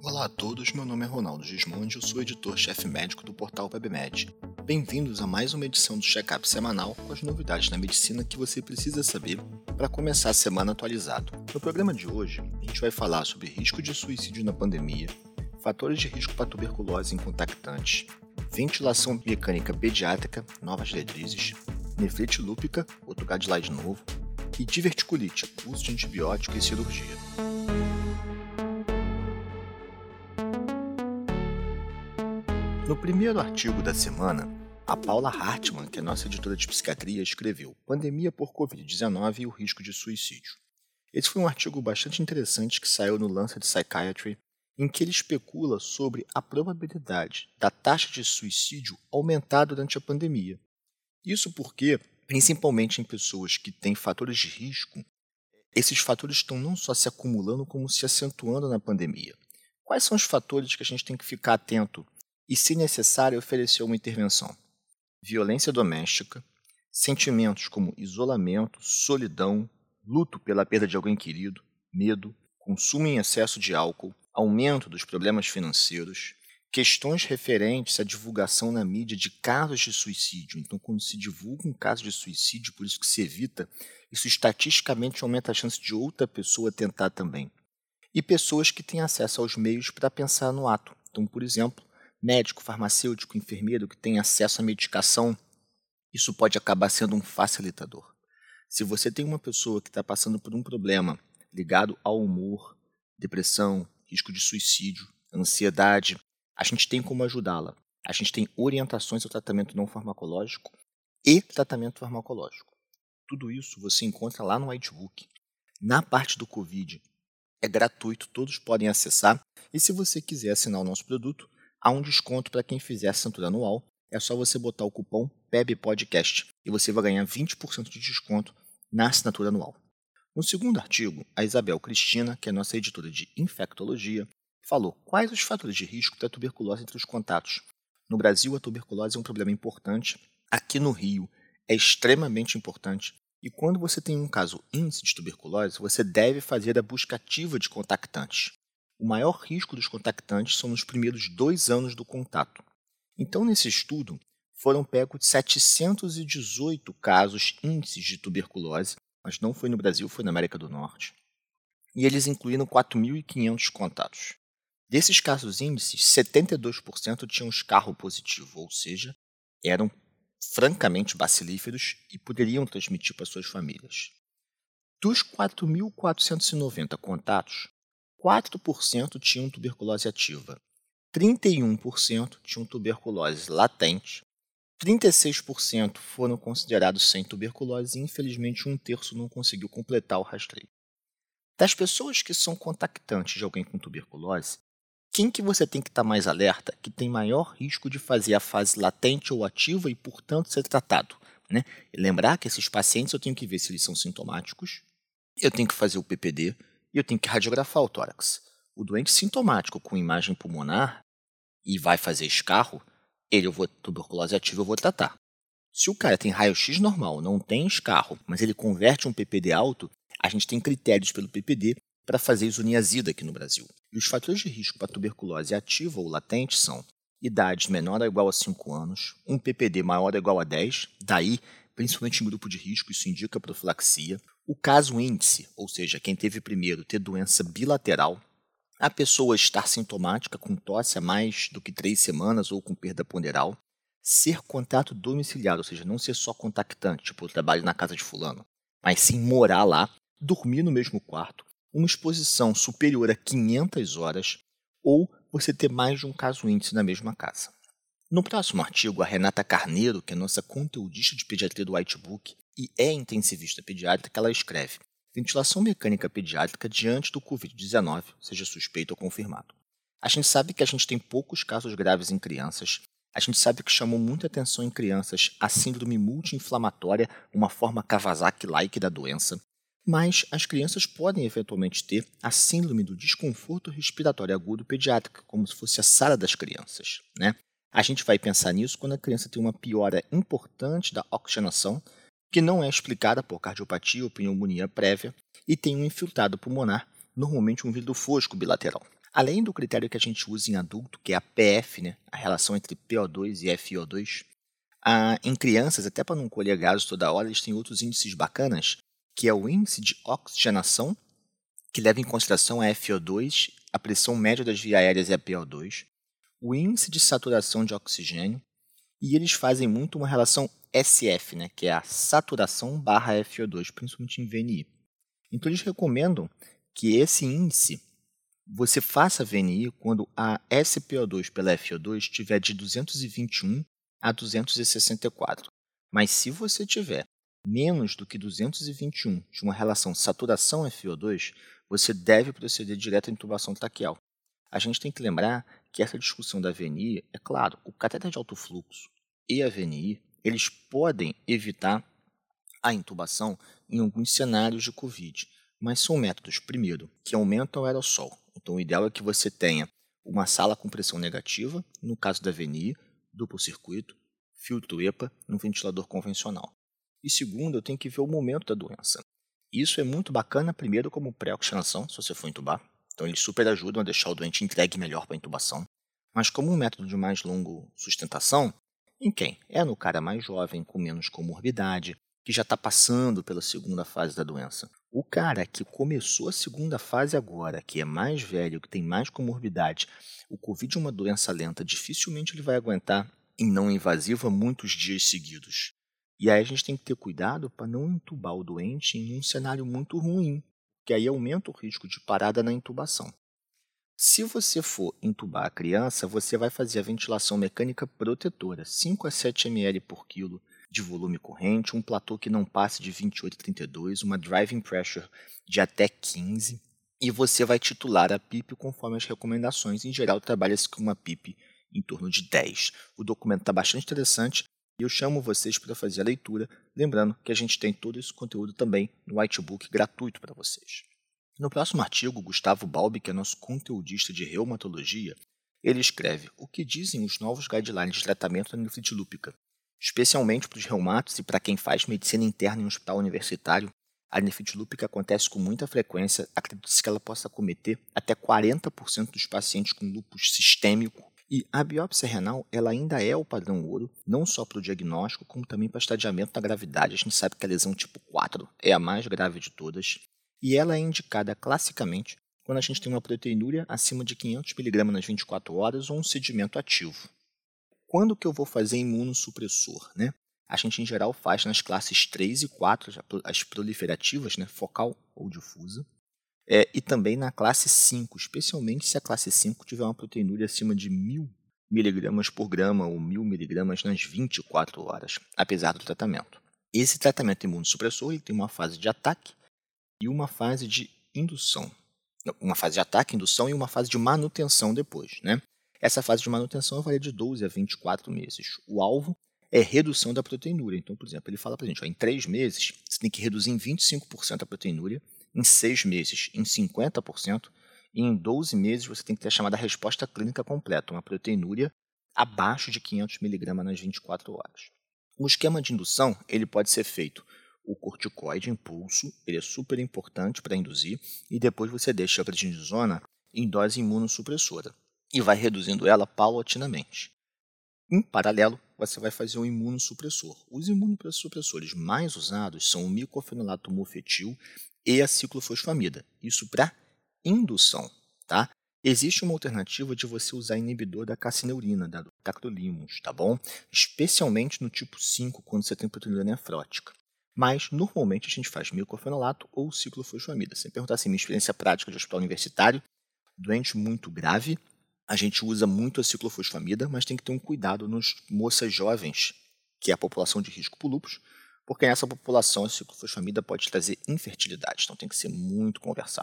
Olá a todos, meu nome é Ronaldo Gismondi, eu sou editor-chefe médico do portal WebMed. Bem-vindos a mais uma edição do Check-up semanal com as novidades na medicina que você precisa saber para começar a semana atualizado. No programa de hoje, a gente vai falar sobre risco de suicídio na pandemia, fatores de risco para tuberculose em contactantes, ventilação mecânica pediátrica, novas diretrizes, nefrite lúpica, outro guideline novo, e diverticulite, uso de antibiótico e cirurgia. No primeiro artigo da semana, a Paula Hartmann, que é nossa editora de psiquiatria, escreveu Pandemia por Covid-19 e o risco de suicídio. Esse foi um artigo bastante interessante que saiu no Lancet Psychiatry, em que ele especula sobre a probabilidade da taxa de suicídio aumentar durante a pandemia. Isso porque, principalmente em pessoas que têm fatores de risco, esses fatores estão não só se acumulando, como se acentuando na pandemia. Quais são os fatores que a gente tem que ficar atento e, se necessário, oferecer uma intervenção? Violência doméstica, sentimentos como isolamento, solidão, luto pela perda de alguém querido, medo, consumo em excesso de álcool, aumento dos problemas financeiros, questões referentes à divulgação na mídia de casos de suicídio. Então, quando se divulga um caso de suicídio, por isso que se evita, isso estatisticamente aumenta a chance de outra pessoa tentar também. E pessoas que têm acesso aos meios para pensar no ato. Então, por exemplo, médico, farmacêutico, enfermeiro que tem acesso à medicação, isso pode acabar sendo um facilitador. Se você tem uma pessoa que está passando por um problema ligado ao humor, depressão, risco de suicídio, ansiedade, a gente tem como ajudá-la. A gente tem orientações ao tratamento não farmacológico e tratamento farmacológico. Tudo isso você encontra lá no Whitebook. Na parte do Covid, é gratuito, todos podem acessar. E se você quiser assinar o nosso produto, há um desconto para quem fizer a assinatura anual. É só você botar o cupom PEBPODCAST e você vai ganhar 20% de desconto na assinatura anual. No segundo artigo, a Isabel Cristina, que é nossa editora de infectologia, falou quais os fatores de risco da tuberculose entre os contatos. No Brasil, a tuberculose é um problema importante. Aqui no Rio, é extremamente importante. E quando você tem um caso índice de tuberculose, você deve fazer a busca ativa de contactantes. O maior risco dos contactantes são nos primeiros 2 anos do contato. Então, nesse estudo, foram pegos 718 casos índices de tuberculose, mas não foi no Brasil, foi na América do Norte. E eles incluíram 4.500 contatos. Desses casos índices, 72% tinham escarro positivo, ou seja, eram francamente bacilíferos e poderiam transmitir para suas famílias. Dos 4.490 contatos, 4% tinham tuberculose ativa, 31% tinham tuberculose latente, 36% foram considerados sem tuberculose e, infelizmente, 1/3 não conseguiu completar o rastreio. Das pessoas que são contactantes de alguém com tuberculose, quem que você tem que estar mais alerta, que tem maior risco de fazer a fase latente ou ativa e, portanto, ser tratado? Né? E lembrar que esses pacientes eu tenho que ver se eles são sintomáticos, eu tenho que fazer o PPD e eu tenho que radiografar o tórax. O doente sintomático com imagem pulmonar e vai fazer escarro, tuberculose ativa eu vou tratar. Se o cara tem raio-x normal, não tem escarro, mas ele converte um PPD alto, a gente tem critérios pelo PPD para fazer isoniazida aqui no Brasil. E os fatores de risco para tuberculose ativa ou latente são idade menor ou igual a 5 anos, um PPD maior ou igual a 10, daí, principalmente em grupo de risco, isso indica profilaxia, o caso índice, ou seja, quem teve primeiro ter doença bilateral, a pessoa estar sintomática com tosse há mais do que 3 semanas ou com perda ponderal, ser contato domiciliar, ou seja, não ser só contactante, tipo, eu trabalho na casa de fulano, mas sim morar lá, dormir no mesmo quarto, uma exposição superior a 500 horas ou você ter mais de um caso índice na mesma casa. No próximo artigo, a Renata Carneiro, que é nossa conteudista de pediatria do Whitebook e é intensivista pediátrica, ela escreve ventilação mecânica pediátrica diante do Covid-19, seja suspeito ou confirmado. A gente sabe que a gente tem poucos casos graves em crianças. A gente sabe que chamou muita atenção em crianças a síndrome multi-inflamatória, uma forma Kawasaki-like da doença. Mas as crianças podem eventualmente ter a síndrome do desconforto respiratório agudo pediátrico, como se fosse a SARA das crianças, né? A gente vai pensar nisso quando a criança tem uma piora importante da oxigenação, que não é explicada por cardiopatia ou pneumonia prévia, e tem um infiltrado pulmonar, normalmente um vidro fosco bilateral. Além do critério que a gente usa em adulto, que é a PF, né, a relação entre PO2 e FiO2, em crianças, até para não colher gases toda hora, eles têm outros índices bacanas, que é o índice de oxigenação, que leva em consideração a FiO2, a pressão média das vias aéreas é a PO2, o índice de saturação de oxigênio, e eles fazem muito uma relação SF, né, que é a saturação barra FiO2, principalmente em VNI. Então, eles recomendam que esse índice você faça VNI quando a SPO2 pela FiO2 estiver de 221 a 264. Mas se você tiver menos do que 221 de uma relação saturação FiO2, você deve proceder direto à intubação traqueal. A gente tem que lembrar que essa discussão da VNI, é claro, o catéter de alto fluxo e a VNI, eles podem evitar a intubação em alguns cenários de COVID, mas são métodos, primeiro, que aumentam o aerossol. Então, o ideal é que você tenha uma sala com pressão negativa, no caso da VNI, duplo circuito, filtro EPA, um ventilador convencional. E segundo, eu tenho que ver o momento da doença. Isso é muito bacana, primeiro, como pré-oxigenação, se você for intubar. Então, eles super ajudam a deixar o doente entregue melhor para a intubação. Mas como um método de mais longa sustentação, em quem? É no cara mais jovem, com menos comorbidade, que já está passando pela segunda fase da doença. O cara que começou a segunda fase agora, que é mais velho, que tem mais comorbidade, o Covid é uma doença lenta, dificilmente ele vai aguentar em não invasiva muitos dias seguidos. E aí a gente tem que ter cuidado para não intubar o doente em um cenário muito ruim, que aí aumenta o risco de parada na intubação. Se você for intubar a criança, você vai fazer a ventilação mecânica protetora, 5 a 7 ml por quilo de volume corrente, um platô que não passe de 28 a 32, uma driving pressure de até 15, e você vai titular a PIP conforme as recomendações. Em geral, trabalha-se com uma PIP em torno de 10. O documento está bastante interessante e eu chamo vocês para fazer a leitura, lembrando que a gente tem todo esse conteúdo também no whitebook gratuito para vocês. No próximo artigo, Gustavo Balbi, que é nosso conteudista de reumatologia, ele escreve o que dizem os novos guidelines de tratamento da nefrite lúpica. Especialmente para os reumatos e para quem faz medicina interna em um hospital universitário, a nefrite lúpica acontece com muita frequência, acredita-se que ela possa acometer até 40% dos pacientes com lúpus sistêmico. E a biópsia renal ela ainda é o padrão ouro, não só para o diagnóstico, como também para o estadiamento da gravidade. A gente sabe que a lesão tipo 4 é a mais grave de todas. E ela é indicada classicamente quando a gente tem uma proteinúria acima de 500 mg nas 24 horas ou um sedimento ativo. Quando que eu vou fazer imunossupressor? Né? A gente, em geral, faz nas classes 3 e 4, as proliferativas, né? Focal ou difusa, e também na classe 5, especialmente se a classe 5 tiver uma proteinúria acima de 1000 mg por grama ou 1000 mg nas 24 horas, apesar do tratamento. Esse tratamento imunossupressor ele tem uma fase de ataque e uma fase de indução. Uma fase de ataque, indução e uma fase de manutenção depois. Né? Essa fase de manutenção varia de 12 a 24 meses. O alvo é redução da proteinúria. Então, por exemplo, ele fala para a gente, em 3 meses, você tem que reduzir em 25% a proteinúria, em 6 meses, em 50%, e em 12 meses você tem que ter a chamada resposta clínica completa, uma proteinúria abaixo de 500 mg nas 24 horas. O esquema de indução ele pode ser feito o corticoide impulso, ele é super importante para induzir, e depois você deixa a prednisona em dose imunossupressora e vai reduzindo ela paulatinamente. Em paralelo, você vai fazer um imunossupressor. Os imunossupressores mais usados são o micofenolato mofetil e a ciclofosfamida, isso para indução. Tá? Existe uma alternativa de você usar inibidor da cassineurina, da tacrolimus, tá bom? Especialmente no tipo 5, quando você tem proteinúria nefrótica. Mas, normalmente, a gente faz micofenolato ou ciclofosfamida. Sem perguntar assim, minha experiência prática de hospital universitário, doente muito grave, a gente usa muito a ciclofosfamida, mas tem que ter um cuidado nos moças jovens, que é a população de risco por lúpus, porque nessa população a ciclofosfamida pode trazer infertilidade, então tem que ser muito conversado.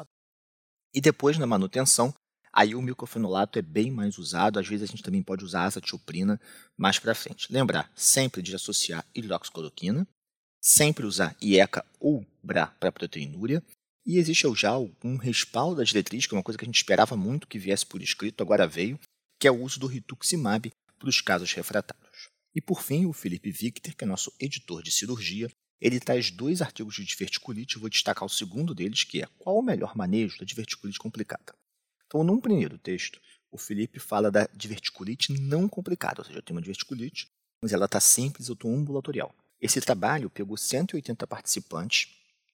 E depois, na manutenção, aí o micofenolato é bem mais usado, às vezes a gente também pode usar azatioprina mais para frente. Lembrar sempre de associar hidroxicloroquina, sempre usar IECA ou BRA para proteinúria, e existe já um respaldo da diretriz, que é uma coisa que a gente esperava muito que viesse por escrito, agora veio, que é o uso do rituximab para os casos refratários. E por fim, o Felipe Victor, que é nosso editor de cirurgia, ele traz 2 artigos de diverticulite, eu vou destacar o segundo deles, que é qual o melhor manejo da diverticulite complicada. Então, num primeiro texto, o Felipe fala da diverticulite não complicada, ou seja, eu tenho uma diverticulite, mas ela está simples, eu estou ambulatorial. Esse trabalho pegou 180 participantes,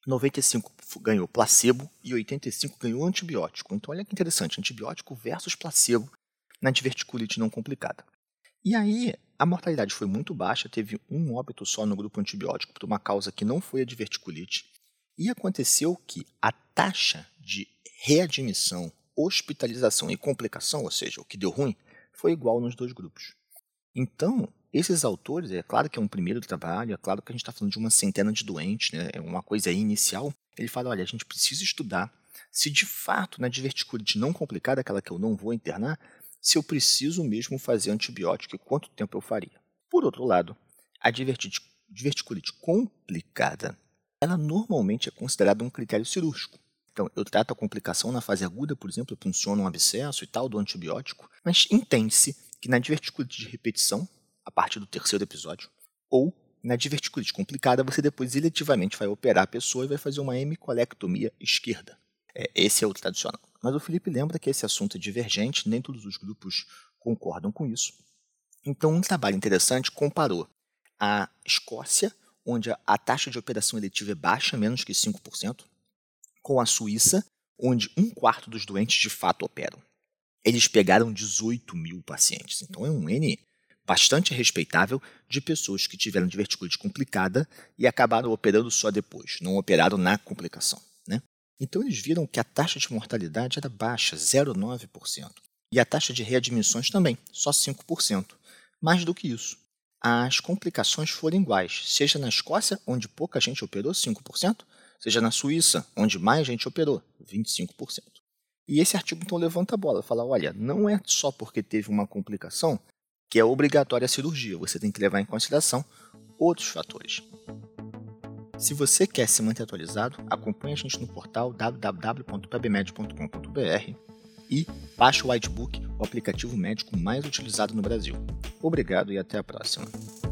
95 ganhou placebo e 85 ganhou antibiótico. Então, olha que interessante, antibiótico versus placebo na diverticulite não complicada. E aí, a mortalidade foi muito baixa, teve um óbito só no grupo antibiótico por uma causa que não foi a diverticulite. E aconteceu que a taxa de readmissão, hospitalização e complicação, ou seja, o que deu ruim, foi igual nos dois grupos. Então, esses autores, é claro que é um primeiro trabalho, é claro que a gente está falando de uma centena de doentes, né? É uma coisa inicial. Ele fala, olha, a gente precisa estudar se de fato na diverticulite não complicada, aquela que eu não vou internar, se eu preciso mesmo fazer antibiótico e quanto tempo eu faria. Por outro lado, a diverticulite complicada, ela normalmente é considerada um critério cirúrgico. Então, eu trato a complicação na fase aguda, por exemplo, eu funciono um abscesso e tal, do antibiótico, mas entende-se que na diverticulite de repetição, a partir do terceiro episódio, ou na diverticulite complicada, você depois eletivamente vai operar a pessoa e vai fazer uma hemicolectomia esquerda. Esse é o tradicional. Mas o Felipe lembra que esse assunto é divergente, nem todos os grupos concordam com isso. Então, um trabalho interessante comparou a Escócia, onde a taxa de operação eletiva é baixa, menos que 5%, com a Suíça, onde 1/4 dos doentes de fato operam. Eles pegaram 18 mil pacientes, então é um N bastante respeitável de pessoas que tiveram diverticulite complicada e acabaram operando só depois, não operaram na complicação, né? Então eles viram que a taxa de mortalidade era baixa, 0,9%, e a taxa de readmissões também, só 5%. Mais do que isso, as complicações foram iguais, seja na Escócia, onde pouca gente operou, 5%, seja na Suíça, onde mais gente operou, 25%. E esse artigo então levanta a bola, fala, olha, não é só porque teve uma complicação que é obrigatória a cirurgia, você tem que levar em consideração outros fatores. Se você quer se manter atualizado, acompanhe a gente no portal www.pebmed.com.br e baixe o Whitebook, o aplicativo médico mais utilizado no Brasil. Obrigado e até a próxima.